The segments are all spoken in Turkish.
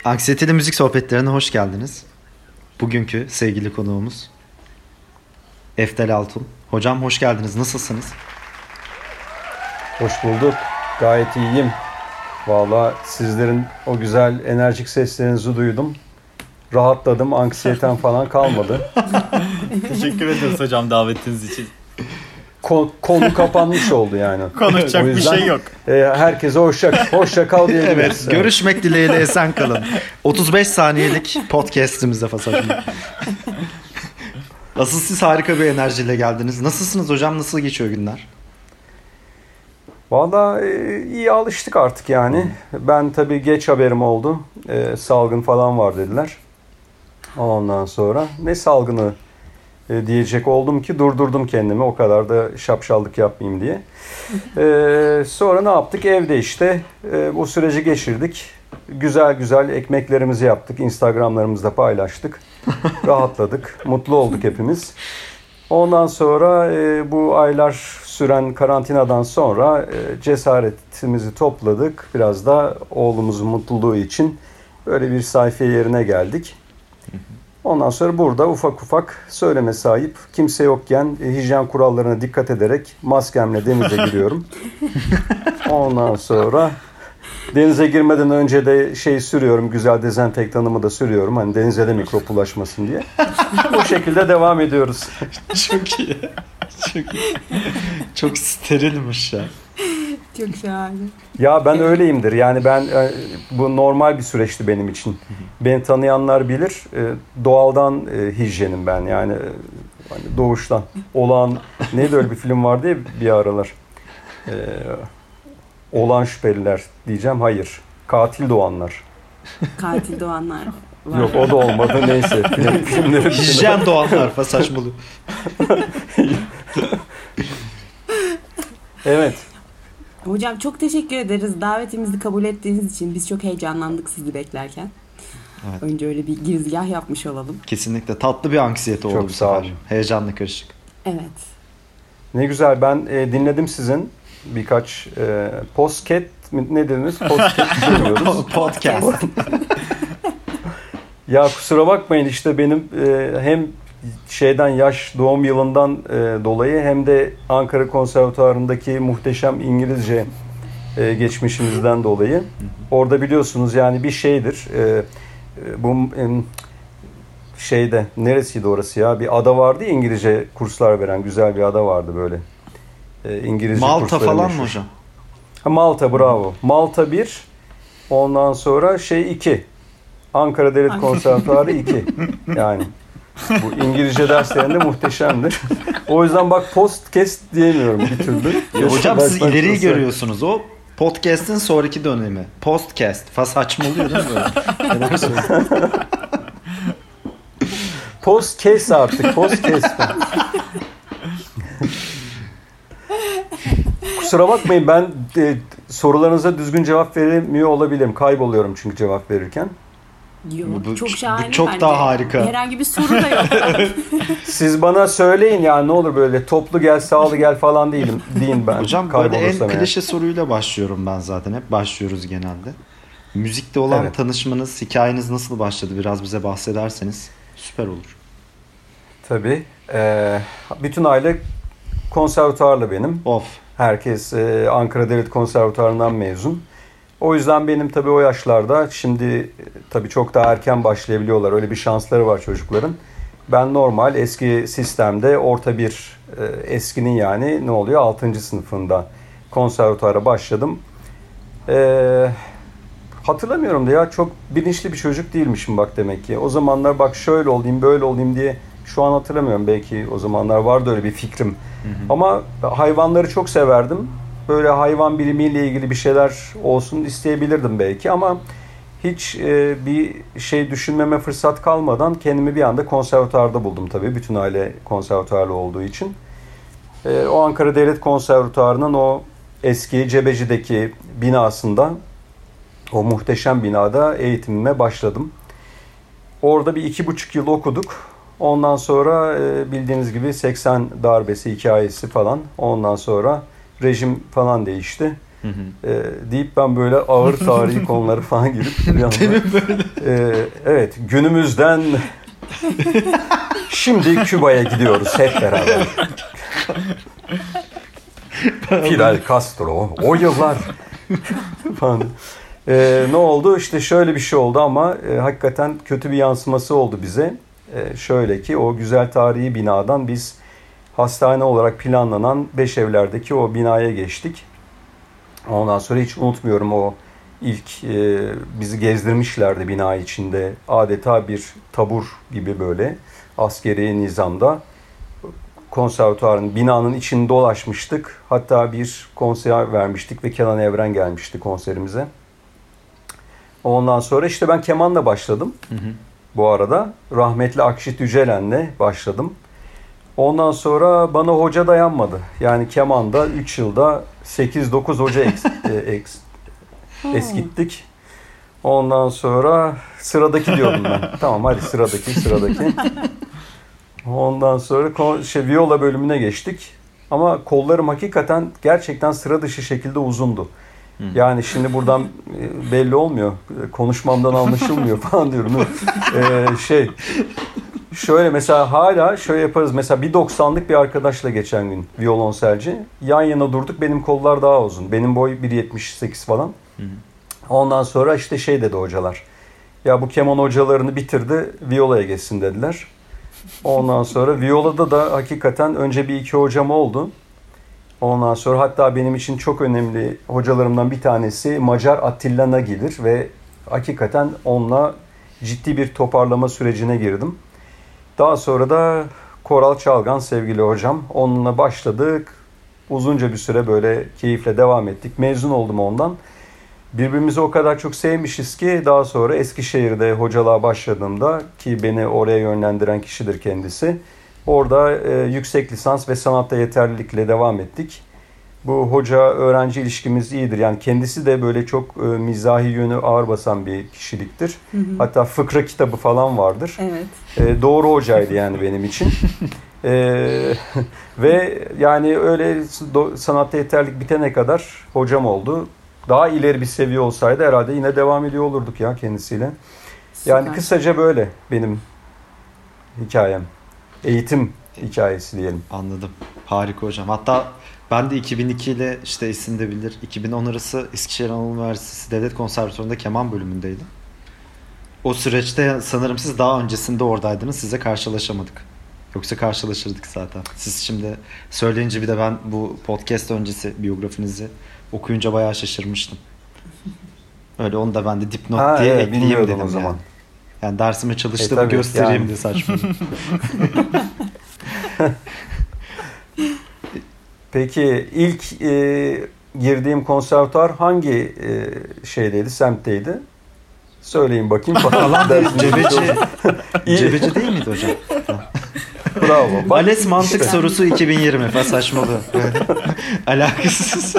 Anksiyeteli Müzik Sohbetlerine hoş geldiniz. Bugünkü sevgili konuğumuz Eftel Altun. Hocam hoş geldiniz. Nasılsınız? Hoş bulduk. Gayet iyiyim. Vallahi sizlerin o güzel enerjik seslerinizi duydum. Rahatladım. Anksiyetem falan kalmadı. Teşekkür ediyoruz hocam davetiniz için. Konu kapanmış oldu yani. Konuşacak bir şey yok. Herkese hoşça kal diyebiliriz. Evet, görüşmek dileğiyle esen kalın. 35 saniyelik podcast'imizde Fasaj'ın. Asıl siz harika bir enerjiyle geldiniz. Nasılsınız hocam? Nasıl geçiyor günler? Vallahi iyi alıştık artık yani. Ben tabii geç haberim oldu. Salgın falan var dediler. Ondan sonra ne salgını diyecek oldum ki durdurdum kendimi. O kadar da şapşallık yapmayayım diye. Sonra ne yaptık? Evde işte bu süreci geçirdik. Güzel güzel ekmeklerimizi yaptık. Instagram'larımızda paylaştık. Rahatladık. Mutlu olduk hepimiz. Ondan sonra bu aylar süren karantinadan sonra cesaretimizi topladık. Biraz da oğlumuzun mutluluğu için böyle bir sayfa yerine geldik. Ondan sonra burada ufak ufak söyleme sahip, kimse yokken hijyen kurallarına dikkat ederek maskemle denize giriyorum. Ondan sonra denize girmeden önce de sürüyorum, güzel dezenfektanımı da sürüyorum. Hani denize de mikrop bulaşmasın diye. Bu şekilde devam ediyoruz. Çok iyi. Çok iyi. Çok sterilmiş ya. Çok şahane. Ya ben öyleyimdir. Yani ben bu normal bir süreçti benim için. Beni tanıyanlar bilir. Doğaldan hijyenim ben. Yani hani doğuştan. Olağan neydi öyle bir film vardı ya bir aralar. Olağan şüpheliler diyeceğim. Hayır. Katil doğanlar. Katil doğanlar var. Yok o da olmadı. Neyse. Filmleri Hijyen doğanlar saçmalı. Evet. Hocam çok teşekkür ederiz. Davetimizi kabul ettiğiniz için biz çok heyecanlandık sizi beklerken. Evet. Önce öyle bir girizgah yapmış olalım. Kesinlikle tatlı bir anksiyete oldu Çok bu sağ olun. sefer. Heyecanla karışık. Evet. Ne güzel. Ben dinledim sizin birkaç postcat ne dediniz? Postcat söylüyoruz. Podcast. Ya kusura bakmayın işte benim hem yaş doğum yılından dolayı hem de Ankara Konservatuvarı'ndaki muhteşem İngilizce geçmişimizden dolayı. Orada biliyorsunuz yani bir şeydir. Bu neresiydi orası ya? Bir ada vardı ya İngilizce kurslar veren güzel bir ada vardı böyle. İngilizce Malta kursları falan meşhur. mı hocam? Ha, Malta bravo. Malta 1, ondan sonra 2. Ankara Devlet Konservatuvarı 2. Yani bu İngilizce derslerinde muhteşemdir. O yüzden bak podcast diyemiyorum bir türlü. Ya hocam siz Baştan ileriyi konser. görüyorsunuz. O podcast'in sonraki dönemi. Podcast. Saçmalıyor değil mi böyle? Podcast artık. Podcast. Kusura bakmayın ben sorularınıza düzgün cevap veremiyor olabilirim. Kayboluyorum çünkü cevap verirken. Yok, Bu çok şahane. bu çok bence. daha harika. Herhangi bir soru da yok. Siz bana söyleyin ya ne olur böyle toplu gel sağlı gel falan değilim deyin ben. Hocam böyle en kaybolursam eğer. klişe soruyla başlıyorum ben zaten. Hep başlıyoruz genelde. Müzikte olan Evet. tanışmanız, hikayeniz nasıl başladı? Biraz bize bahsederseniz süper olur. Tabii. Bütün aile konservatuarlı benim. Of. Herkes Ankara Devlet Konservatuvarı'ndan mezun. O yüzden benim tabii o yaşlarda şimdi tabii çok daha erken başlayabiliyorlar. Öyle bir şansları var çocukların. Ben normal eski sistemde orta bir eskinin yani ne oluyor 6. sınıfında konservatuvara başladım. Hatırlamıyorum da ya çok bilinçli bir çocuk değilmişim bak demek ki. O zamanlar bak şöyle olayım böyle olayım diye şu an hatırlamıyorum. Belki o zamanlar vardı öyle bir fikrim. Hı hı. Ama hayvanları çok severdim. Böyle hayvan bilimiyle ilgili bir şeyler olsun isteyebilirdim belki ama hiç bir şey düşünmeme fırsat kalmadan kendimi bir anda konservatuvarda buldum tabii. Bütün aile konservatuvarlı olduğu için. O Ankara Devlet Konservatuvarı'nın o eski Cebeci'deki binasında, o muhteşem binada eğitimime başladım. Orada bir 2,5 yıl okuduk. Ondan sonra bildiğiniz gibi 80 darbesi hikayesi falan. Ondan sonra rejim falan değişti. Deyip ben böyle ağır tarihi konuları falan girip bir anda, evet, günümüzden şimdi Küba'ya gidiyoruz hep beraber. Fidel Castro o yıllar falan. Ne oldu? İşte şöyle bir şey oldu ama hakikaten kötü bir yansıması oldu bize. Şöyle ki o güzel tarihi binadan biz hastane olarak planlanan Beşevler'deki o binaya geçtik. Ondan sonra hiç unutmuyorum, o ilk bizi gezdirmişlerdi bina içinde. Adeta bir tabur gibi böyle askeri nizamda. Konservatuarın binanın içinde dolaşmıştık. Hatta bir konser vermiştik ve Kenan Evren gelmişti konserimize. Ondan sonra işte ben kemanla başladım. Bu arada rahmetli Akşit Yücelen'le başladım. Ondan sonra bana hoca dayanmadı. Yani kemanda 3 yılda 8-9 hoca eskittik. Ondan sonra sıradaki diyordum ben. Tamam hadi sıradaki. Ondan sonra viola bölümüne geçtik. Ama kollarım hakikaten gerçekten sıra dışı şekilde uzundu. Yani şimdi buradan belli olmuyor. Konuşmamdan anlaşılmıyor falan diyorum. Şöyle mesela hala şöyle yaparız. Mesela 1.90'lık bir arkadaşla geçen gün violonselci. Yan yana durduk. Benim kollar daha uzun. Benim boy 1.78 falan. Ondan sonra işte dedi hocalar. Ya bu keman hocalarını bitirdi. Viola'ya geçsin dediler. Ondan sonra violada da hakikaten önce bir iki hocam oldu. Ondan sonra hatta benim için çok önemli hocalarımdan bir tanesi Macar Attila Nagi'dir ve hakikaten onunla ciddi bir toparlama sürecine girdim. Daha sonra da Koral Çalgan sevgili hocam, onunla başladık. Uzunca bir süre böyle keyifle devam ettik. Mezun oldum ondan. Birbirimizi o kadar çok sevmişiz ki daha sonra Eskişehir'de hocalığa başladığımda, ki beni oraya yönlendiren kişidir kendisi. Orada yüksek lisans ve sanatta yeterlilikle devam ettik. Bu hoca-öğrenci ilişkimiz iyidir. Yani kendisi de böyle çok mizahi yönü ağır basan bir kişiliktir. Hatta fıkra kitabı falan vardır. Evet. Doğru hocaydı yani benim için. Ve yani öyle sanatta yeterlilik bitene kadar hocam oldu. Daha ileri bir seviye olsaydı herhalde yine devam ediyor olurduk ya kendisiyle. Süper. Yani kısaca böyle benim hikayem. Eğitim hikayesi diyelim. Anladım. Harika hocam. Hatta ben de 2002 ile işte Esin de bilir, 2010 arası Eskişehir Anadolu Üniversitesi Devlet Konservatuvarı'nda keman bölümündeydim. O süreçte sanırım siz daha öncesinde oradaydınız. Size karşılaşamadık. Yoksa karşılaşırdık zaten. Siz şimdi söyleyince bir de ben bu podcast öncesi biyografinizi okuyunca bayağı şaşırmıştım. Öyle onu da ben de dipnot diye ekleyeyim dedim o zaman. Yani dersime çalıştığımı göstereyim yani. diye saçma. Peki ilk girdiğim konservatuar hangi şeydeydi, semtteydi? Söyleyin bakayım falan. Cebeci değil miydi hocam? Bravo. Bak, ALES mantık sorusu 2020 falan saçmalığı. Alakasız.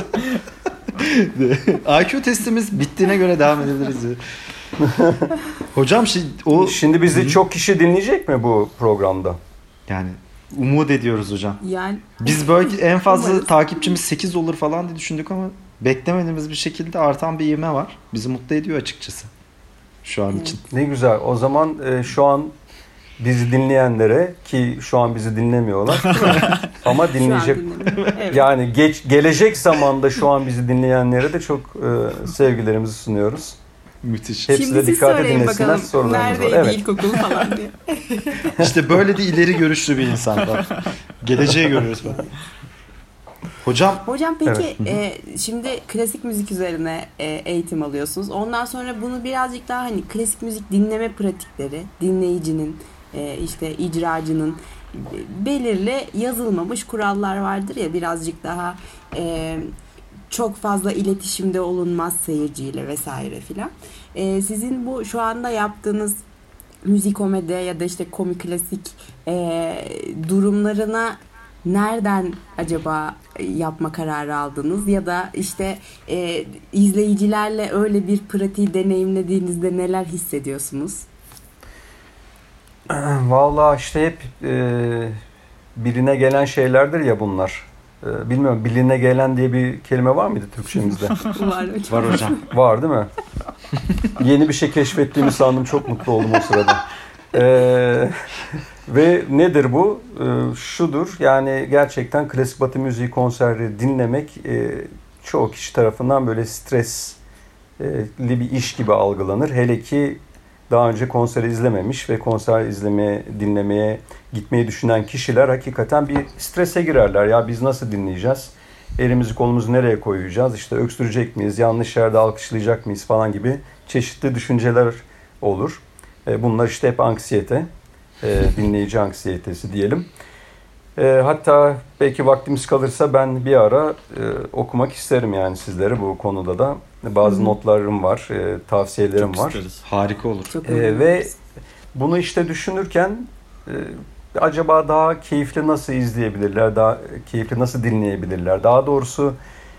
IQ testimiz bittiğine göre devam edebiliriz. Hocam şimdi bizi çok kişi dinleyecek mi bu programda? Yani umut ediyoruz hocam. Yani biz böyle en fazla takipçimiz 8 olur falan diye düşündük ama beklemediğimiz bir şekilde artan bir ivme var. Bizi mutlu ediyor açıkçası. Şu an için. Ne güzel. O zaman şu an bizi dinleyenlere, ki şu an bizi dinlemiyorlar ama dinleyecek. Evet. Yani gelecek zamanda şu an bizi dinleyenlere de çok sevgilerimizi sunuyoruz. Müthiş. Hepsi Şimdi de siz dikkatle söyleyin dinlesinler, bakalım sorularımız var. neredeydi Evet. ilkokul falan diye. İşte böyle de ileri görüşlü bir insan var. Geleceği görüyoruz falan. Hocam peki şimdi klasik müzik üzerine eğitim alıyorsunuz. Ondan sonra bunu birazcık daha hani klasik müzik dinleme pratikleri, dinleyicinin, işte icracının belirli yazılmamış kurallar vardır ya, birazcık daha çok fazla iletişimde olunmaz seyirciyle vesaire filan. Sizin bu şu anda yaptığınız müzikomedi ya da işte komik klasik durumlarına nereden acaba yapma kararı aldınız ya da işte izleyicilerle öyle bir pratiği deneyimlediğinizde neler hissediyorsunuz? Vallahi işte hep birine gelen şeylerdir ya bunlar. Bilmiyorum, biline gelen diye bir kelime var mıydı Türkçemizde? Var hocam. Var hocam. Var değil mi? Yeni bir şey keşfettiğimi sandım. Çok mutlu oldum o sırada. Ve nedir bu? Şudur. Yani gerçekten klasik batı müziği konserleri dinlemek çoğu kişi tarafından böyle stresli bir iş gibi algılanır. Hele ki daha önce konser izlememiş ve konser izlemeye, dinlemeye gitmeyi düşünen kişiler hakikaten bir strese girerler. Ya biz nasıl dinleyeceğiz? Elimizi kolumuzu nereye koyacağız? İşte öksürecek miyiz? Yanlış yerde alkışlayacak mıyız falan gibi çeşitli düşünceler olur. Bunlar işte hep anksiyete, dinleyici anksiyetesi diyelim. Hatta belki vaktimiz kalırsa ben bir ara okumak isterim yani sizlere bu konuda da. Bazı notlarım var, tavsiyelerim Çok var. isteriz. Harika olur. Çok Ve bunu işte düşünürken acaba daha keyifli nasıl izleyebilirler, daha keyifli nasıl dinleyebilirler? Daha doğrusu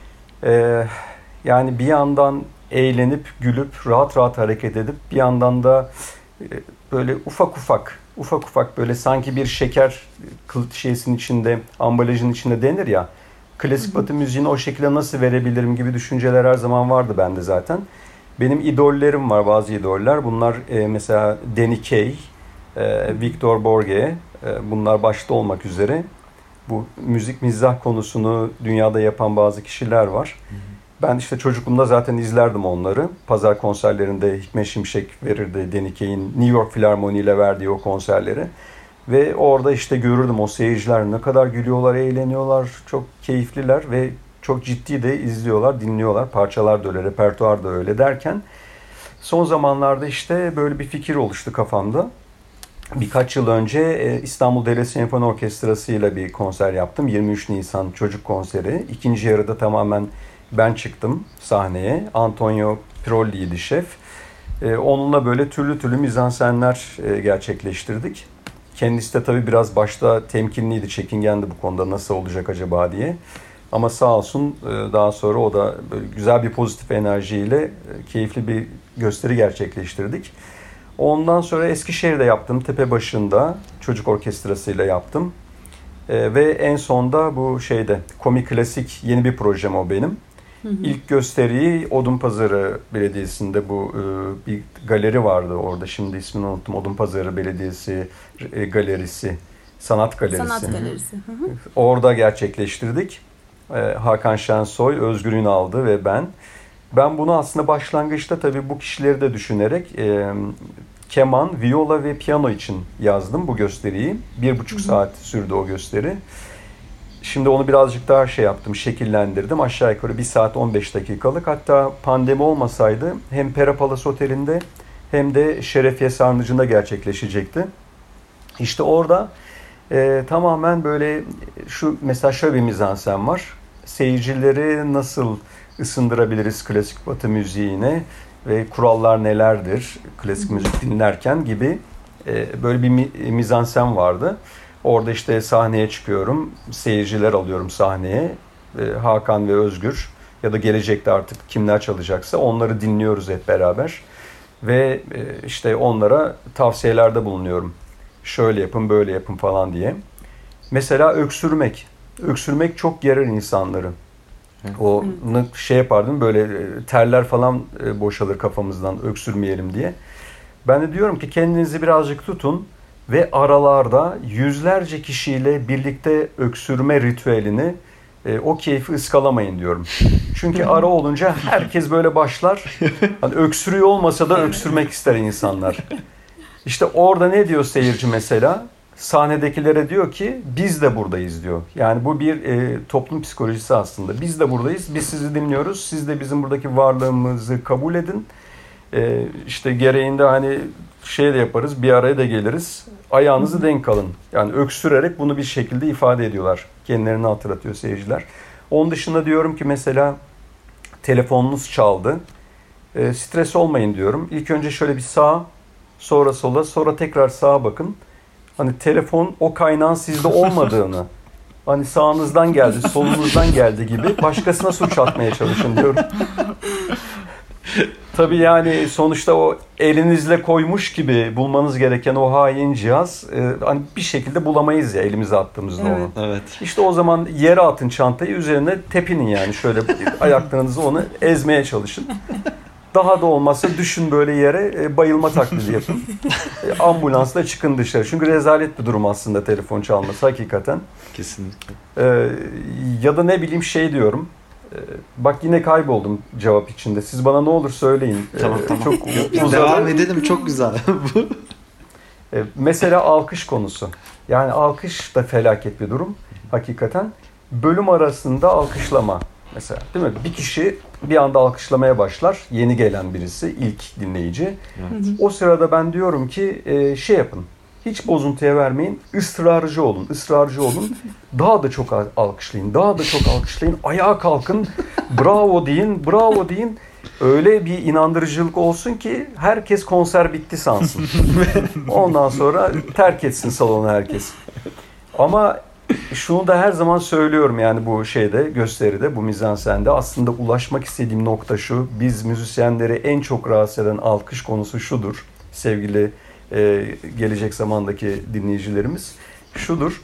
yani bir yandan eğlenip, gülüp, rahat rahat hareket edip bir yandan da böyle ufak ufak böyle sanki bir şeker şeysinin içinde, ambalajın içinde denir ya, klasik batı müziğini o şekilde nasıl verebilirim gibi düşünceler her zaman vardı bende zaten. Benim idollerim var, bazı idoller. Bunlar mesela Danny Kaye, Victor Borge, bunlar başta olmak üzere bu müzik mizah konusunu dünyada yapan bazı kişiler var. Ben işte çocukluğumda zaten izlerdim onları. Pazar konserlerinde Hikmet Şimşek verirdi Danny Kaye'in New York Filarmoni ile verdiği o konserleri. Ve orada işte görürdüm o seyirciler ne kadar gülüyorlar, eğleniyorlar, çok keyifliler ve çok ciddi de izliyorlar, dinliyorlar. Parçalar da öyle, repertuar da öyle derken son zamanlarda işte böyle bir fikir oluştu kafamda. Birkaç yıl önce İstanbul Devlet Senfoni Orkestrası ile bir konser yaptım. 23 Nisan çocuk konseri. İkinci yarıda tamamen ben çıktım sahneye. Antonio Pirolli'ydi şef. Onunla böyle türlü mizansenler gerçekleştirdik. Kendisi de tabii biraz başta temkinliydi, çekingendi bu konuda nasıl olacak acaba diye. Ama sağ olsun daha sonra o da böyle güzel bir pozitif enerjiyle keyifli bir gösteri gerçekleştirdik. Ondan sonra Eskişehir'de yaptım, Tepebaşı'nda çocuk orkestrasıyla yaptım. Ve en sonda bu şeyde Komik Klasik yeni bir projem o benim. İlk gösteriyi Odunpazarı Belediyesi'nde bu bir galeri vardı orada. Şimdi ismini unuttum. Odunpazarı Belediyesi galerisi, sanat galerisi. Sanat galerisi. Orada gerçekleştirdik. Hakan Şensoy, Özgür Ünal'dı ve ben. Ben bunu aslında başlangıçta tabii bu kişileri de düşünerek keman, viola ve piyano için yazdım bu gösteriyi. 1,5 saat sürdü o gösteri. Şimdi onu birazcık daha yaptım, şekillendirdim. Aşağı yukarı 1 saat 15 dakikalık. Hatta pandemi olmasaydı hem Pera Palace Oteli'nde hem de Şerefiye Sarnıcı'nda gerçekleşecekti. İşte orada tamamen böyle mesela şöyle bir mizansen var. Seyircileri nasıl ısındırabiliriz klasik batı müziğine ve kurallar nelerdir klasik müzik dinlerken gibi böyle bir mizansen vardı. Orada işte sahneye çıkıyorum, seyirciler alıyorum sahneye. Hakan ve Özgür ya da gelecekte artık kimler çalacaksa onları dinliyoruz hep beraber. Ve işte onlara tavsiyelerde bulunuyorum. Şöyle yapın, böyle yapın falan diye. Mesela öksürmek. Öksürmek çok gerer insanları. O yapardım böyle terler falan boşalır kafamızdan öksürmeyelim diye. Ben de diyorum ki kendinizi birazcık tutun ve aralarda yüzlerce kişiyle birlikte öksürme ritüelini o keyfi ıskalamayın diyorum. Çünkü ara olunca herkes böyle başlar. Hani öksürüyor olmasa da öksürmek ister insanlar. İşte orada ne diyor seyirci mesela? Sahnedekilere diyor ki biz de buradayız diyor. Yani bu bir toplum psikolojisi aslında. Biz de buradayız, biz sizi dinliyoruz. Siz de bizim buradaki varlığımızı kabul edin. İşte gereğinde hani de yaparız, bir araya da geliriz. Ayağınızı denk alın. Yani öksürerek bunu bir şekilde ifade ediyorlar. Kendilerini hatırlatıyor seyirciler. Onun dışında diyorum ki mesela telefonunuz çaldı. Stres olmayın diyorum. İlk önce şöyle bir sağa, sonra sola, sonra tekrar sağa bakın. Hani telefon o kaynağın sizde olmadığını, hani sağınızdan geldi, solunuzdan geldi gibi başkasına suç atmaya çalışın diyorum. Tabii yani sonuçta o elinizle koymuş gibi bulmanız gereken o hain cihaz hani bir şekilde bulamayız ya elimize attığımızda onu. Evet. İşte o zaman yere atın çantayı, üzerine tepinin yani şöyle ayaklarınızı onu ezmeye çalışın. Daha da olmazsa düşün böyle yere, bayılma taklidi yapın. Ambulansla çıkın dışarı. Çünkü rezalet bir durum aslında telefon çalması hakikaten. Kesinlikle. Ya da ne bileyim şey diyorum. Bak yine kayboldum cevap içinde. Siz bana ne olur söyleyin. Tamam. Çok Biz uzadı. devam edelim, çok güzel. Mesela alkış konusu. Yani alkış da felaket bir durum. Hakikaten bölüm arasında alkışlama. Mesela değil mi? Bir kişi bir anda alkışlamaya başlar. Yeni gelen birisi, ilk dinleyici. Evet. O sırada ben diyorum ki şey yapın. Hiç bozuntuya vermeyin. Israrcı olun. Daha da çok alkışlayın. Ayağa kalkın. Bravo deyin. Öyle bir inandırıcılık olsun ki herkes konser bitti sansın. Ondan sonra terk etsin salonu herkes. Ama şunu da her zaman söylüyorum yani bu gösteride, bu mizansende aslında ulaşmak istediğim nokta şu. Biz müzisyenleri en çok rahatsız eden alkış konusu şudur. Sevgili gelecek zamandaki dinleyicilerimiz şudur.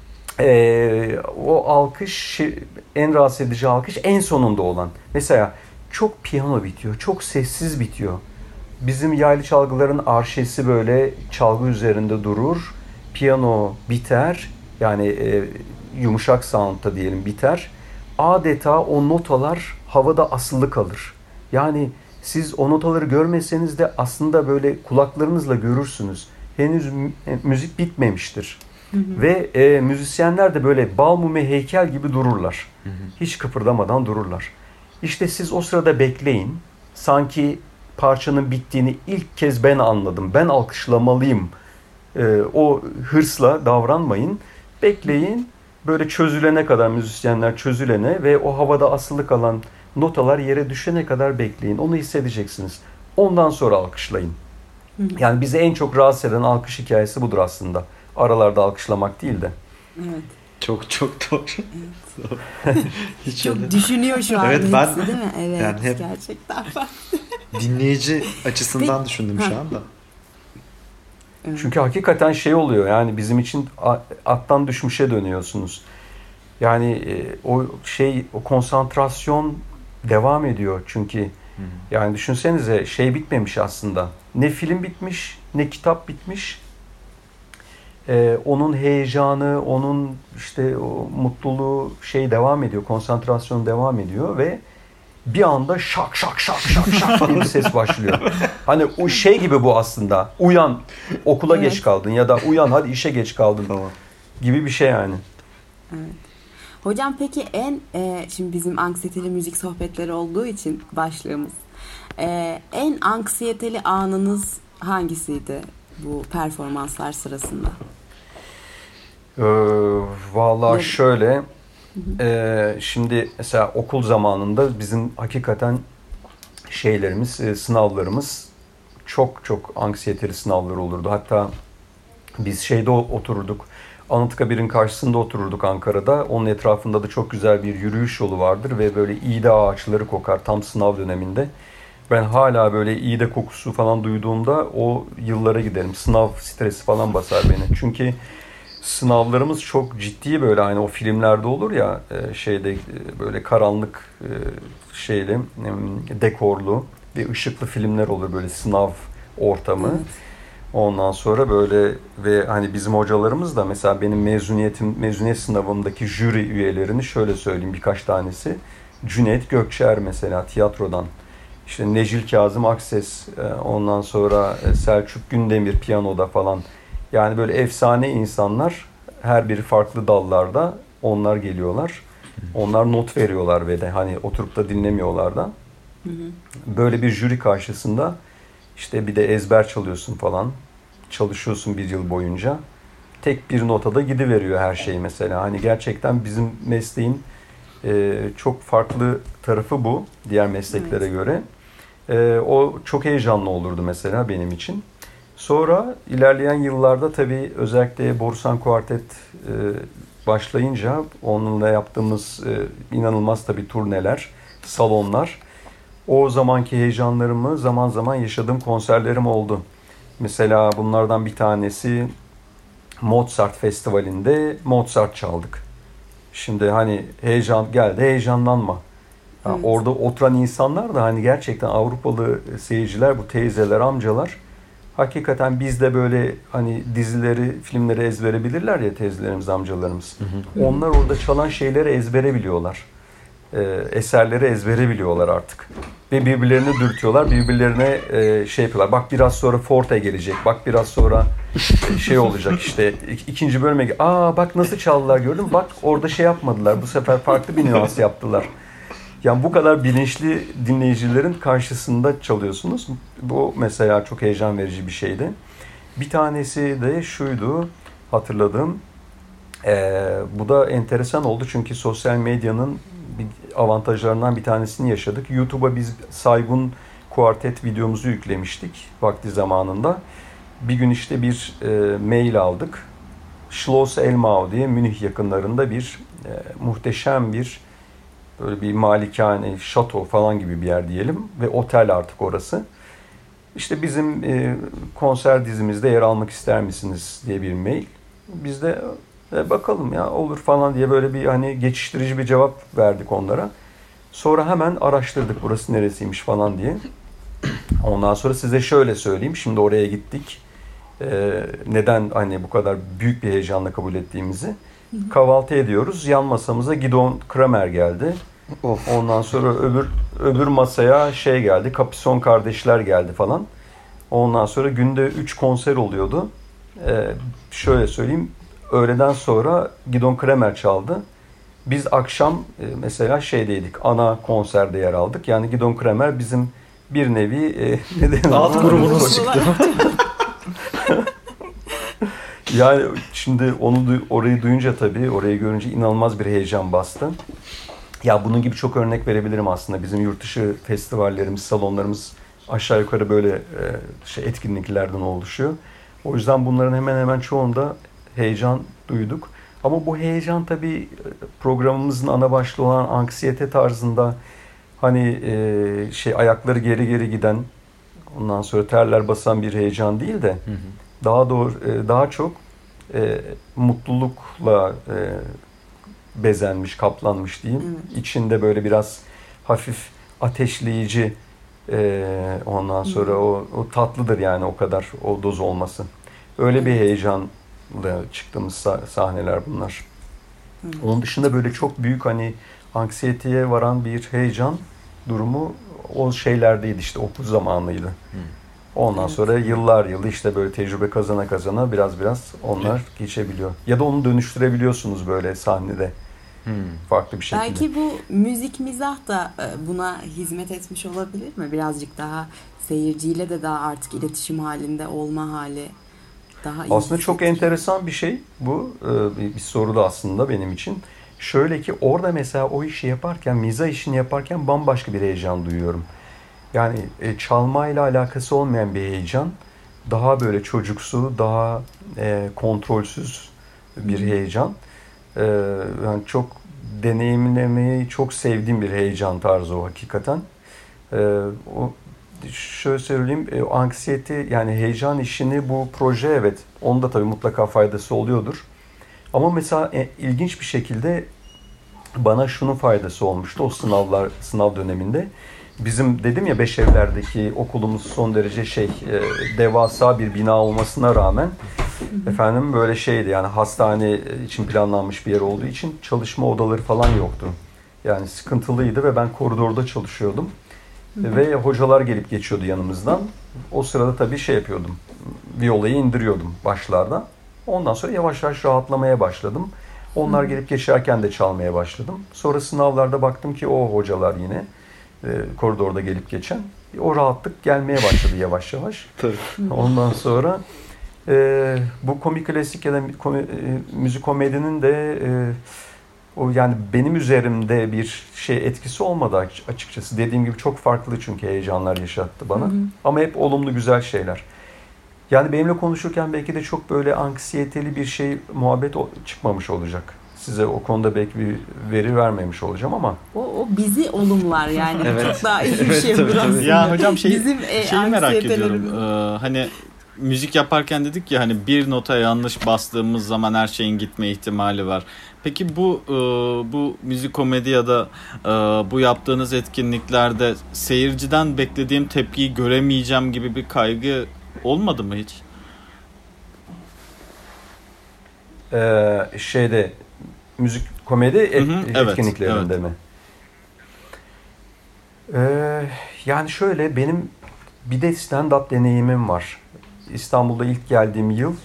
O alkış, en rahatsız edici alkış en sonunda olan. Mesela çok piyano bitiyor, çok sessiz bitiyor. Bizim yaylı çalgıların arşesi böyle çalgı üzerinde durur. Piyano biter, yani yumuşak sound'ta diyelim biter. Adeta o notalar havada asılı kalır. Yani siz o notaları görmeseniz de aslında böyle kulaklarınızla görürsünüz. Henüz müzik bitmemiştir. Ve müzisyenler de böyle bal mumu heykel gibi dururlar. Hiç kıpırdamadan dururlar. İşte siz o sırada bekleyin. Sanki parçanın bittiğini ilk kez ben anladım. Ben alkışlamalıyım. O hırsla davranmayın. Bekleyin. Böyle çözülene kadar, müzisyenler çözülene ve o havada asılı kalan notalar yere düşene kadar bekleyin. Onu hissedeceksiniz. Ondan sonra alkışlayın. Yani bizi en çok rahatsız eden alkış hikayesi budur aslında. Aralarda alkışlamak değil de. Evet. Çok doğru. Evet. Hiç Çok öyle. düşünüyor şu an Evet, hepsi ben- değil mi? Evet, yani hep- gerçekten. Dinleyici açısından Peki- düşündüm şu anda. Evet. Çünkü hakikaten şey oluyor yani bizim için attan düşmüşe dönüyorsunuz. Yani o konsantrasyon devam ediyor çünkü yani düşünsenize bitmemiş aslında. Ne film bitmiş, ne kitap bitmiş. Onun heyecanı, onun işte o mutluluğu devam ediyor, konsantrasyon devam ediyor ve bir anda şak diye bir ses başlıyor. Hani o gibi bu aslında. Uyan, okula Evet. geç kaldın ya da uyan hadi işe geç kaldın Tamam. gibi bir şey yani. Evet. Hocam peki şimdi bizim anksiyeteli müzik sohbetleri olduğu için başlığımız. En anksiyeteli anınız hangisiydi bu performanslar sırasında? Vallahi Evet. şöyle şimdi mesela okul zamanında bizim hakikaten sınavlarımız çok anksiyeteli sınavlar olurdu. Hatta biz otururduk. Anıtkabir'in karşısında otururduk Ankara'da. Onun etrafında da çok güzel bir yürüyüş yolu vardır ve böyle iğde ağaçları kokar tam sınav döneminde. Ben hala böyle iğde kokusu falan duyduğumda o yıllara giderim. Sınav stresi falan basar beni. Çünkü sınavlarımız çok ciddi böyle hani o filmlerde olur ya böyle karanlık dekorlu ve ışıklı filmler olur böyle sınav ortamı. Evet. Ondan sonra böyle ve hani bizim hocalarımız da mesela benim mezuniyet sınavımdaki jüri üyelerini şöyle söyleyeyim birkaç tanesi. Cüneyt Gökçer mesela tiyatrodan. İşte Necil Kazım Akses, ondan sonra Selçuk Gündemir piyanoda falan. Yani böyle efsane insanlar her biri farklı dallarda onlar geliyorlar. Onlar not veriyorlar ve de hani oturup da dinlemiyorlar da. Böyle bir jüri karşısında işte bir de ezber çalıyorsun falan. Çalışıyorsun bir yıl boyunca. Tek bir notada gidiveriyor her şey mesela. Hani gerçekten bizim mesleğin çok farklı tarafı bu diğer mesleklere göre. O çok heyecanlı olurdu mesela benim için. Sonra ilerleyen yıllarda tabii özellikle Borusan Kuartet başlayınca onunla yaptığımız inanılmaz tabii turneler, salonlar. o zamanki heyecanlarımı zaman zaman yaşadığım konserlerim oldu. Mesela bunlardan bir tanesi Mozart Festivali'nde Mozart çaldık. Şimdi hani heyecan geldi, heyecanlanma. Yani Evet. orada oturan insanlar da hani gerçekten Avrupalı seyirciler, bu teyzeler, amcalar hakikaten bizde böyle hani dizileri, filmleri ezbere bilirler ya teyzelerimiz, amcalarımız. Onlar orada çalan şeyleri ezbere biliyorlar. Eserleri ezbere biliyorlar artık. Ve birbirlerini dürtüyorlar, birbirlerine şey yapıyorlar. Bak biraz sonra forte gelecek, bak biraz sonra şey olacak işte ikinci bölüme. Bak nasıl çaldılar gördün mü? Bak orada şey yapmadılar, bu sefer farklı bir nüans yaptılar. Yani bu kadar bilinçli dinleyicilerin karşısında çalıyorsunuz. Bu mesela çok heyecan verici bir şeydi. Bir tanesi de şuydu hatırladığım. Bu da enteresan oldu çünkü sosyal medyanın bir avantajlarından bir tanesini yaşadık. YouTube'a biz Saygun Kuartet videomuzu yüklemiştik vakti zamanında. Bir gün işte bir mail aldık. Schloss Elmau diye Münih yakınlarında bir muhteşem bir böyle bir malikane, şato falan gibi bir yer diyelim ve otel artık orası. İşte bizim konser dizimizde yer almak ister misiniz diye bir mail. Biz de bakalım ya olur falan diye böyle bir hani geçiştirici bir cevap verdik onlara. Sonra hemen araştırdık burası neresiymiş falan diye. Ondan sonra size şöyle söyleyeyim. Şimdi oraya gittik. Neden hani bu kadar büyük bir heyecanla kabul ettiğimizi. Kahvaltı ediyoruz. Yan masamıza Gidon Kramer geldi. Of. Ondan sonra öbür masaya şey geldi. Capison kardeşler geldi falan. Ondan sonra günde 3 konser oluyordu. Şöyle söyleyeyim. Öğleden sonra Gidon Kramer çaldı. Biz akşam mesela şeydeydik. Ana konserde yer aldık. Yani Gidon Kramer bizim bir nevi alt grubunuz çıktı. Yani şimdi orayı duyunca tabii, orayı görünce inanılmaz bir heyecan bastı. Ya bunun gibi çok örnek verebilirim aslında. Bizim yurt dışı festivallerimiz, salonlarımız aşağı yukarı böyle etkinliklerden oluşuyor. O yüzden bunların hemen hemen çoğunda heyecan duyduk. Ama bu heyecan tabii programımızın ana başlığı olan anksiyete tarzında hani ayakları geri geri giden, ondan sonra terler basan bir heyecan değil de daha çok mutlulukla bezenmiş, kaplanmış diyeyim. Evet. İçinde böyle biraz hafif ateşleyici, ondan sonra o tatlıdır yani o kadar o doz olması. Öyle bir heyecanla çıktığımız sahneler bunlar. Onun dışında böyle çok büyük hani anksiyeteye varan bir heyecan durumu o şeylerdeydi işte okul zamanıydı. Ondan sonra yıllar yılı işte böyle tecrübe kazana kazana biraz onlar geçebiliyor. Ya da onu dönüştürebiliyorsunuz böyle sahnede. Farklı bir şekilde. Belki bu müzik mizah da buna hizmet etmiş olabilir mi? Birazcık daha seyirciyle de daha artık iletişim halinde olma hali daha iyi. Aslında çok enteresan bir şey bu. Bir soru da aslında benim için. Şöyle ki orada mesela o işi yaparken, mizah işini yaparken bambaşka bir heyecan duyuyorum. Yani çalmayla alakası olmayan bir heyecan. Daha böyle çocuksu, daha kontrolsüz bir heyecan. Yani çok deneyimlemeyi çok sevdiğim bir heyecan tarzı o hakikaten. Şöyle söyleyeyim, anksiyete yani heyecan işini bu proje evet onda tabii mutlaka faydası oluyordur. Ama mesela ilginç bir şekilde bana şunun faydası olmuştu o sınav döneminde. Bizim dedim ya Beşevler'deki okulumuz son derece devasa bir bina olmasına rağmen efendim böyle şeydi yani hastane için planlanmış bir yer olduğu için çalışma odaları falan yoktu. Yani sıkıntılıydı ve ben koridorda çalışıyordum. Ve hocalar gelip geçiyordu yanımızdan. O sırada tabii yapıyordum. Viyolayı indiriyordum başlarda. Ondan sonra yavaş yavaş rahatlamaya başladım. Onlar gelip geçerken de çalmaya başladım. Sonra sınavlarda baktım ki o hocalar yine koridorda gelip geçen. O rahatlık gelmeye başladı yavaş yavaş. Ondan sonra bu komik klasik ya da müzikomedinin de o yani benim üzerimde bir etkisi olmadı açıkçası. Dediğim gibi çok farklı çünkü heyecanlar yaşattı bana. Ama hep olumlu güzel şeyler. Yani benimle konuşurken belki de çok böyle anksiyeteli bir muhabbet çıkmamış olacak size o konuda belki bir veri vermemiş olacağım ama. O bizi olumlar yani. Evet. Çok daha iyi bir şey Tabii, burası. tabii. Ya hocam Bizim şeyi merak ediyorum. anksiyetelerimiz. Hani müzik yaparken dedik ya hani bir nota yanlış bastığımız zaman her şeyin gitme ihtimali var. Peki bu müzik komedi ya da bu yaptığınız etkinliklerde seyirciden beklediğim tepkiyi göremeyeceğim gibi bir kaygı olmadı mı hiç? Müzik komedi evet, etkinliklerinde mi? Yani şöyle, benim bir de stand-up deneyimim var. İstanbul'da ilk geldiğim yıl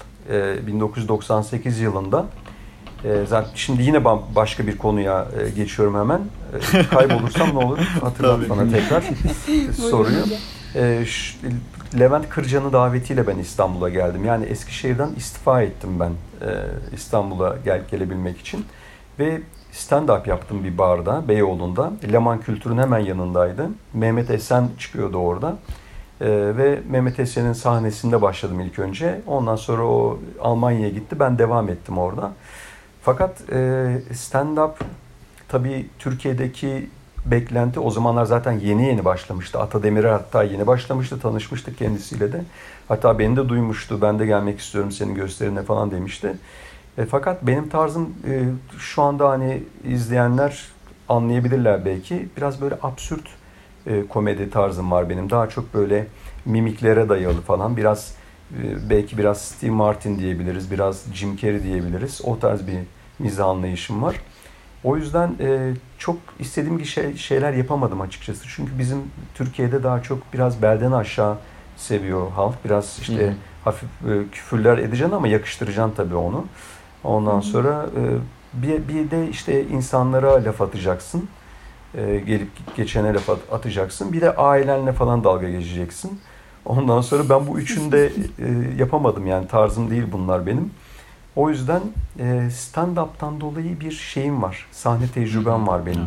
1998 yılında. Zaten şimdi yine başka bir konuya geçiyorum hemen. Kaybolursam ne olur? Hatırlat bana tekrar soruyu. Levent Kırca'nın davetiyle ben İstanbul'a geldim. Yani Eskişehir'den istifa ettim ben İstanbul'a gelebilmek için. Ve stand-up yaptım bir barda, Beyoğlu'nda. Leman Kültür'ün hemen yanındaydı. Mehmet Esen çıkıyordu orada. Ve Mehmet Esen'in sahnesinde başladım ilk önce. Ondan sonra o Almanya'ya gitti. Ben devam ettim orada. Fakat stand-up tabii Türkiye'deki beklenti o zamanlar zaten yeni başlamıştı. Ata Demirer hatta yeni başlamıştı. Tanışmıştık kendisiyle de. Hatta beni de duymuştu. Ben de gelmek istiyorum senin gösterine falan demişti. Fakat benim tarzım şu anda hani izleyenler anlayabilirler belki. Biraz böyle absürt komedi tarzım var benim. Daha çok böyle mimiklere dayalı falan. Biraz belki biraz Steve Martin diyebiliriz. Biraz Jim Carrey diyebiliriz. O tarz bir mizah anlayışım var. O yüzden çok istediğim şeyler yapamadım açıkçası. Çünkü bizim Türkiye'de daha çok biraz belden aşağı seviyor halk. Biraz işte hafif küfürler edeceksin ama yakıştıracaksın tabii onu. Ondan sonra bir de işte insanlara laf atacaksın. Gelip geçene laf atacaksın. Bir de ailenle falan dalga geçeceksin. Ondan sonra ben bu üçünü de yapamadım. Yani tarzım değil bunlar benim. O yüzden stand-up'tan dolayı bir şeyim var. Sahne tecrübem var benim.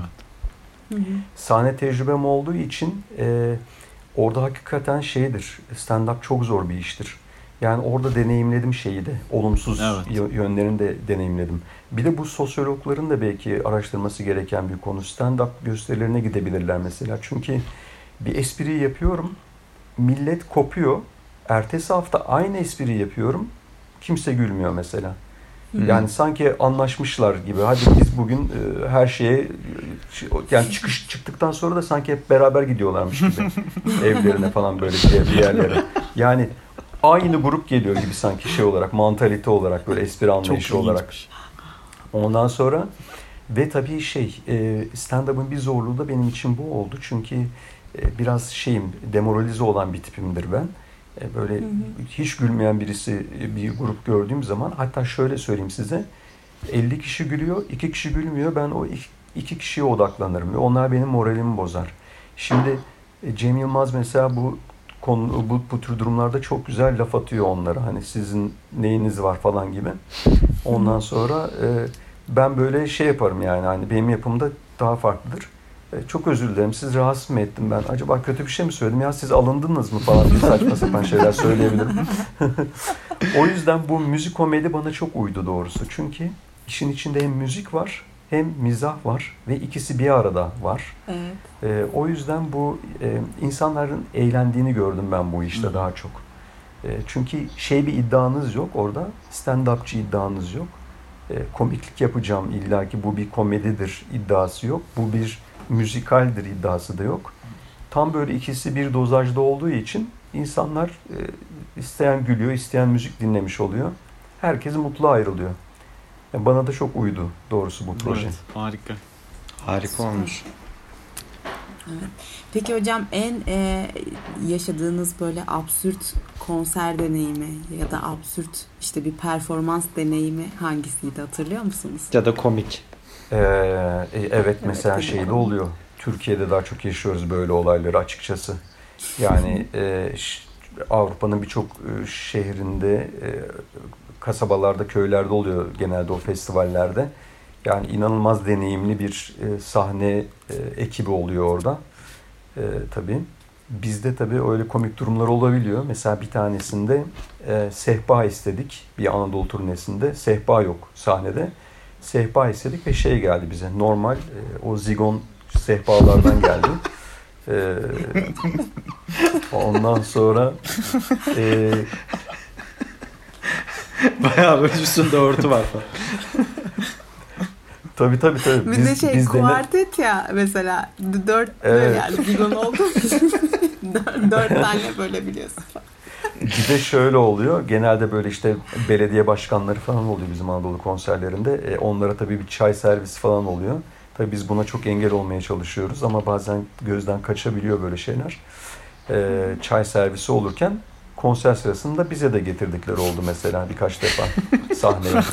Sahne tecrübem olduğu için orada hakikaten şeydir. Stand-up çok zor bir iştir. Yani orada deneyimledim şeyi de. Olumsuz yönlerini de deneyimledim. Bir de bu sosyologların da belki araştırması gereken bir konu. Stand-up gösterilerine gidebilirler mesela. Çünkü bir espri yapıyorum. Millet kopuyor. Ertesi hafta aynı espriyi yapıyorum. Kimse gülmüyor mesela. Yani sanki anlaşmışlar gibi. Hadi biz bugün her şeye yani çıktıktan sonra da sanki hep beraber gidiyorlarmış gibi. Evlerine falan böyle bir yerlere. Yani aynı grup geliyor gibi sanki şey olarak, mantalite olarak, böyle espri anlayışı olarak. Ondan sonra ve tabii stand-up'ın bir zorluğu da benim için bu oldu. Çünkü biraz demoralize olan bir tipimdir ben. Böyle hiç gülmeyen bir grup gördüğüm zaman, hatta şöyle söyleyeyim size, 50 kişi gülüyor, 2 kişi gülmüyor, ben o 2 kişiye odaklanırım ve onlar benim moralimi bozar. Şimdi Cem Yılmaz mesela bu tür durumlarda çok güzel laf atıyor onlara, hani sizin neyiniz var falan gibi. Ondan sonra ben böyle yaparım yani, hani benim yapımda daha farklıdır. Çok özür dilerim. Siz rahatsız mı ettim ben? Acaba kötü bir şey mi söyledim? Ya siz alındınız mı falan diye saçma sapan şeyler söyleyebilirim. O yüzden bu müzik komedi bana çok uydu doğrusu. Çünkü işin içinde hem müzik var hem mizah var ve ikisi bir arada var. Evet. O yüzden bu insanların eğlendiğini gördüm ben bu işte daha çok. Çünkü bir iddianız yok orada. Stand-upçı iddianız yok. Komiklik yapacağım illaki bu bir komedidir iddiası yok. Bu bir müzikaldir iddiası da yok. Tam böyle ikisi bir dozajda olduğu için insanlar isteyen gülüyor, isteyen müzik dinlemiş oluyor. Herkes mutlu ayrılıyor. Yani bana da çok uydu doğrusu bu proje. Evet, harika. Harika olmuş. Evet. Peki hocam en yaşadığınız böyle absürt konser deneyimi ya da absürt işte bir performans deneyimi hangisiydi, hatırlıyor musunuz? Ya da komik. Evet mesela şeyde oluyor. Türkiye'de daha çok yaşıyoruz böyle olayları açıkçası. Yani Avrupa'nın birçok şehrinde, kasabalarda, köylerde oluyor genelde o festivallerde. Yani inanılmaz deneyimli bir sahne ekibi oluyor orada. Tabii. Bizde tabii öyle komik durumlar olabiliyor. Mesela bir tanesinde sehpa istedik bir Anadolu turnesinde. Sehpa yok sahnede. sehpa istedik ve şey geldi bize. Normal o zigon sehpalardan geldi. Ondan sonra Bayağı böyle üstünde örtü var falan. tabii. Bir de şey kuartet ya mesela 4 Evet. yani zigon oldu. 4 tane böyle biliyorsun falan. Bir de şöyle oluyor. Genelde böyle işte belediye başkanları falan oluyor bizim Anadolu konserlerinde. Onlara tabii bir çay servisi falan oluyor. Tabii biz buna çok engel olmaya çalışıyoruz ama bazen gözden kaçabiliyor böyle şeyler. Çay servisi olurken konser sırasında bize de getirdikleri oldu mesela birkaç defa sahneye.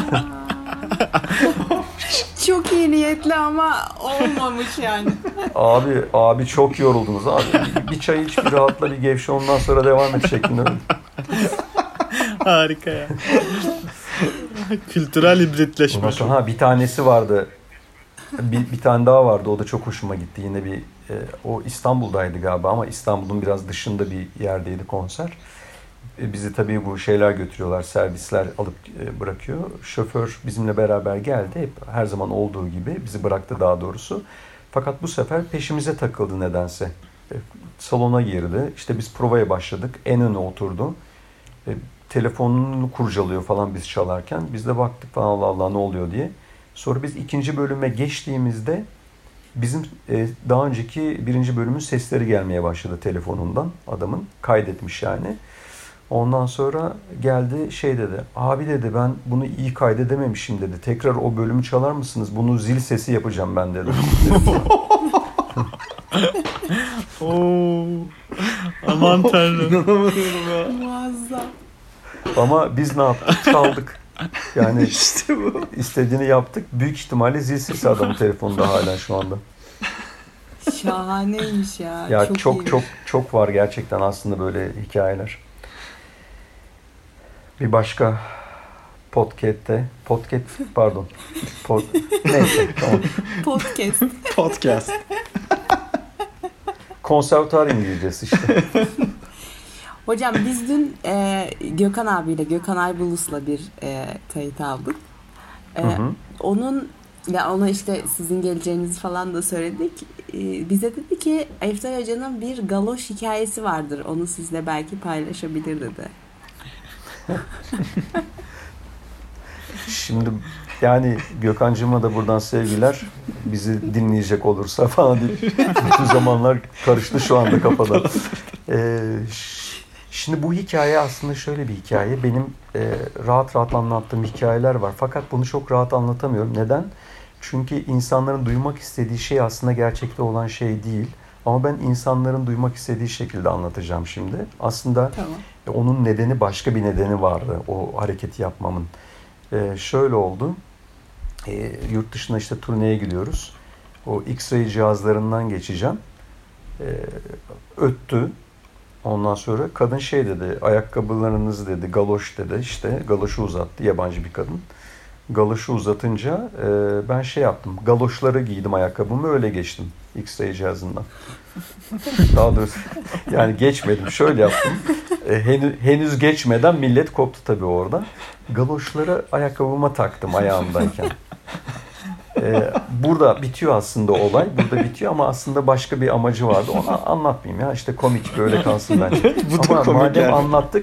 Çok iyi niyetli ama olmamış yani. Abi çok yoruldunuz abi. Bir çay iç, bir rahatla, bir gevşe, ondan sonra devam et şeklinde. Harika ya. Kültürel hibritleşme. Ondan sonra, bir tanesi vardı. Bir tane daha vardı. O da çok hoşuma gitti. Yine o İstanbul'daydı galiba ama İstanbul'un biraz dışında bir yerdeydi konser. Bizi tabii bu şeyler götürüyorlar. Servisler alıp bırakıyor. Şoför bizimle beraber geldi. Hep her zaman olduğu gibi bizi bıraktı daha doğrusu. Fakat bu sefer peşimize takıldı nedense. Salona girdi. İşte biz provaya başladık. En öne oturdu. Telefonunu kurcalıyor falan biz çalarken. Biz de baktık falan Allah Allah ne oluyor diye. Sonra biz ikinci bölüme geçtiğimizde bizim daha önceki birinci bölümün sesleri gelmeye başladı telefonundan adamın. Kaydetmiş yani. Ondan sonra geldi şey dedi. Abi dedi ben bunu iyi kaydedememişim dedi. Tekrar o bölümü çalar mısınız? Bunu zil sesi yapacağım ben dedi. Oo. Aman tanrım. İnanamıyorum ya. Muazzam. Ama biz ne yaptık? Çaldık. Yani İşte bu. istediğini yaptık. Büyük ihtimalle zil sesi adamın telefonunda hala şu anda. Şahaneymiş ya. Ya çok çok var gerçekten aslında böyle hikayeler. Bir başka neyse tamam. Podcast. Konservatuar İngilizcesi işte. Hocam biz dün Gökhan abiyle, Gökhan Aybulus'la bir teyit aldık. Ona işte sizin geleceğinizi falan da söyledik. Bize dedi ki Eftal Hoca'nın bir galoş hikayesi vardır. Onu sizle belki paylaşabilir dedi. Şimdi yani Gökhan'cığıma da buradan sevgiler. Bizi dinleyecek olursa falan diye. Bütün zamanlar karıştı şu anda kafada. Şimdi bu hikaye aslında şöyle bir hikaye. Benim rahat anlattığım hikayeler var. Fakat bunu çok rahat anlatamıyorum. Neden? Çünkü insanların duymak istediği şey aslında gerçekte olan şey değil. Ama ben insanların duymak istediği şekilde anlatacağım şimdi. Aslında Tamam. onun başka bir nedeni vardı o hareketi yapmamın. Şöyle oldu. Yurt dışına işte turneye gidiyoruz. O X-ray cihazlarından geçeceğim. Öttü. Ondan sonra kadın şey dedi, ayakkabılarınızı dedi, galoş dedi, işte galoşu uzattı, yabancı bir kadın. Galoşu uzatınca ben şey yaptım, galoşları giydim ayakkabımı, öyle geçtim X-ray cihazından. Daha doğrusu yani geçmedim, şöyle yaptım. Henüz geçmeden millet koptu tabii orada. Galoşları ayakkabıma taktım ayağımdayken. Burada bitiyor aslında olay. Burada bitiyor ama aslında başka bir amacı vardı. Onu anlatmayayım ya. İşte komik böyle kalsın bence. Bu da ama komik madem yani.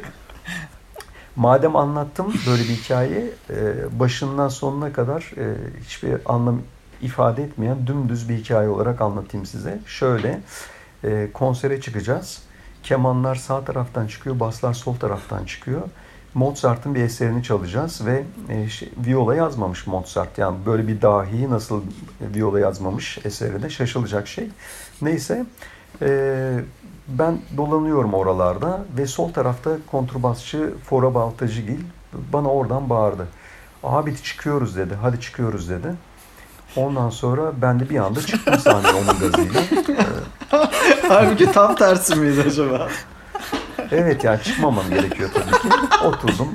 madem anlattım böyle bir hikaye başından sonuna kadar hiçbir anlam ifade etmeyen dümdüz bir hikaye olarak anlatayım size. Şöyle konsere çıkacağız. Kemanlar sağ taraftan çıkıyor, baslar sol taraftan çıkıyor. Mozart'ın bir eserini çalacağız ve viola yazmamış Mozart. Yani böyle bir dahi nasıl viola yazmamış eseri de şaşılacak şey. Neyse ben dolanıyorum oralarda ve sol tarafta kontrbasçı Fora Baltacıgil bana oradan bağırdı. Abi çıkıyoruz dedi, hadi çıkıyoruz dedi. Ondan sonra ben de bir anda çıktım sahneye onun gazıyla. Halbuki tam tersi miydi acaba? Evet yani çıkmamam gerekiyor tabii ki. Oturdum.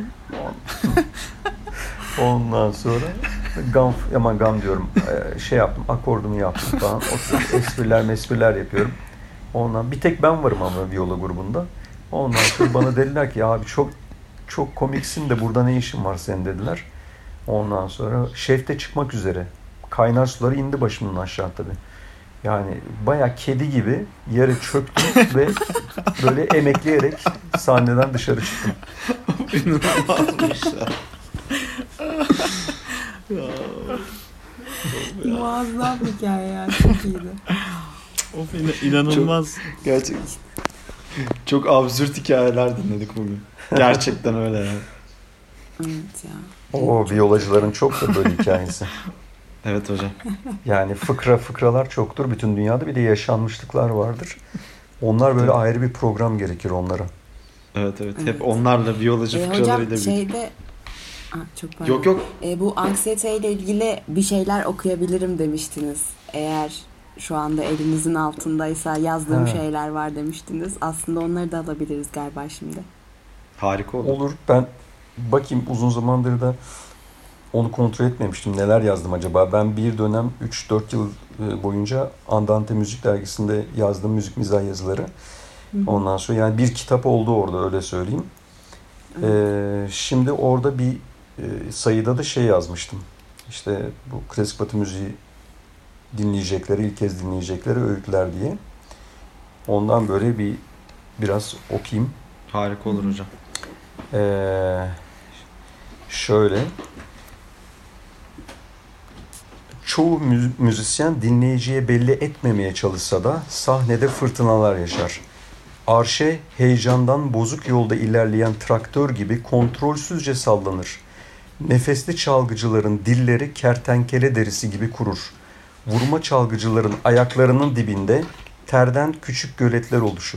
Ondan sonra gam diyorum. Şey yaptım, akordumu yaptım falan. Oturdum, espriler yapıyorum. Ondan bir tek ben varım ama viola grubunda. Ondan sonra bana dediler ki ya abi çok komiksin de burada ne işin var senin dediler. Ondan sonra şefte çıkmak üzere. Kaynar suları indi başımdan aşağı tabii. Yani bayağı kedi gibi yere çöktüm ve böyle emekleyerek sahneden dışarı çıktım. İnanılmazmış ya. Muazzam hikaye ya. Çok iyiydi. Of, inanılmaz. Gerçekten. Çok absürt hikayeler dinledik bugün. Gerçekten öyle yani. Evet ya. O biyolacıların çok da böyle hikayesi. Evet hocam. Yani fıkralar çoktur bütün dünyada, bir de yaşanmışlıklar vardır. Onlar böyle ayrı bir program gerekir onlara. Evet. Hep onlarla biyoloji fıkralarıyla Hocam birlikte. şeyde çok pardon. Yok. Bu anksiyeteyle ilgili bir şeyler okuyabilirim demiştiniz. Eğer şu anda elinizin altındaysa yazdığım şeyler var demiştiniz. Aslında onları da alabiliriz galiba şimdi. Harika olur. Olur. Ben bakayım, uzun zamandır da onu kontrol etmemiştim. Neler yazdım acaba? Ben bir dönem 3-4 yıl boyunca Andante Müzik Dergisi'nde yazdım müzik mizah yazıları. Ondan sonra yani bir kitap oldu orada, öyle söyleyeyim. Şimdi orada bir sayıda da şey yazmıştım. İşte bu klasik batı müziği dinleyecekleri, ilk kez dinleyecekleri öğütler diye. Ondan böyle biraz okuyayım. Harika olur hocam. Şöyle. Çoğu müzisyen dinleyiciye belli etmemeye çalışsa da sahnede fırtınalar yaşar. Arşe heyecandan bozuk yolda ilerleyen traktör gibi kontrolsüzce sallanır. Nefesli çalgıcıların dilleri kertenkele derisi gibi kurur. Vurma çalgıcıların ayaklarının dibinde terden küçük göletler oluşur.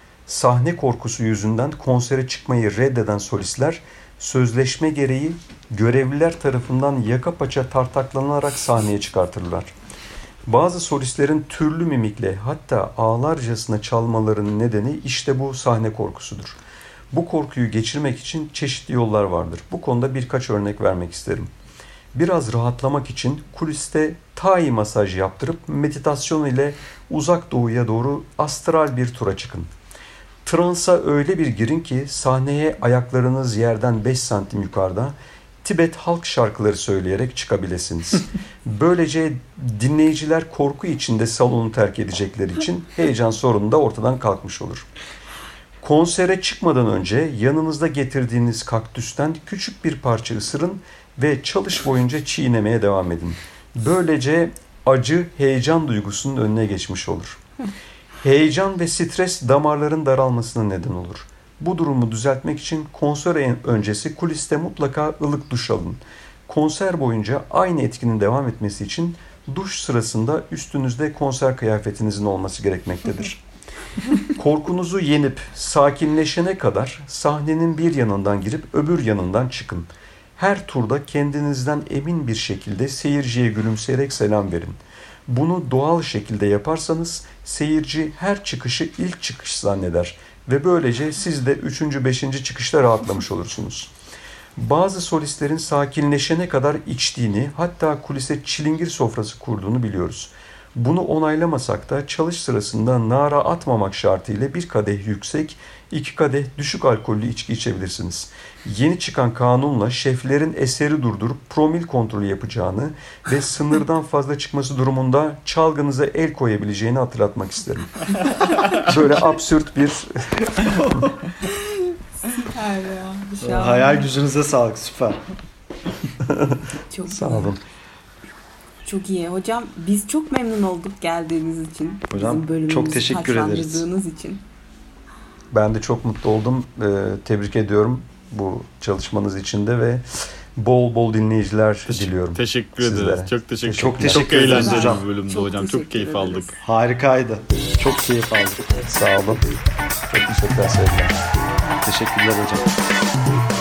Sahne korkusu yüzünden konsere çıkmayı reddeden solistler sözleşme gereği görevliler tarafından yaka paça tartaklanarak sahneye çıkartırlar. Bazı solistlerin türlü mimikle, hatta ağlarcasına çalmalarının nedeni işte bu sahne korkusudur. Bu korkuyu geçirmek için çeşitli yollar vardır. Bu konuda birkaç örnek vermek isterim. Biraz rahatlamak için kuliste Thai masaj yaptırıp meditasyon ile uzak doğuya doğru astral bir tura çıkın. Transa öyle bir girin ki sahneye ayaklarınız yerden 5 santim yukarıda Tibet halk şarkıları söyleyerek çıkabilirsiniz. Böylece dinleyiciler korku içinde salonu terk edecekleri için heyecan sorunu da ortadan kalkmış olur. Konsere çıkmadan önce yanınızda getirdiğiniz kaktüsten küçük bir parça ısırın ve çalış boyunca çiğnemeye devam edin. Böylece acı, heyecan duygusunun önüne geçmiş olur. Heyecan ve stres damarların daralmasına neden olur. Bu durumu düzeltmek için konser öncesi kuliste mutlaka ılık duş alın. Konser boyunca aynı etkinin devam etmesi için duş sırasında üstünüzde konser kıyafetinizin olması gerekmektedir. Korkunuzu yenip sakinleşene kadar sahnenin bir yanından girip öbür yanından çıkın. Her turda kendinizden emin bir şekilde seyirciye gülümseyerek selam verin. Bunu doğal şekilde yaparsanız seyirci her çıkışı ilk çıkış zanneder ve böylece siz de 3. 5. çıkışta rahatlamış olursunuz. Bazı solistlerin sakinleşene kadar içtiğini, hatta kulise çilingir sofrası kurduğunu biliyoruz. Bunu onaylamasak da çalış sırasında nara atmamak şartıyla bir kadeh yüksek, 2 kadeh düşük alkollü içki içebilirsiniz. Yeni çıkan kanunla şeflerin eseri durdurup promil kontrolü yapacağını ve sınırdan fazla çıkması durumunda çalgınıza el koyabileceğini hatırlatmak isterim. Böyle absürt bir... Süper ya. Hayal gücünüze sağlık, süper. Çok Sağ olun. Çok iyi. Hocam biz çok memnun olduk geldiğiniz için. Hocam çok teşekkür ederiz. Için. Ben de çok mutlu oldum. Tebrik ediyorum bu çalışmanız için de ve bol bol dinleyiciler diliyorum. Teşekkür ederiz. Sizlere. Çok teşekkür Çok teşekkür ederiz eğlenceli hocam. bir bölümdü Çok hocam. Çok keyif teşekkür aldık. ederiz. Harikaydı. Çok keyif aldık. Sağ olun. Çok teşekkürler, sevgiler. Teşekkürler hocam.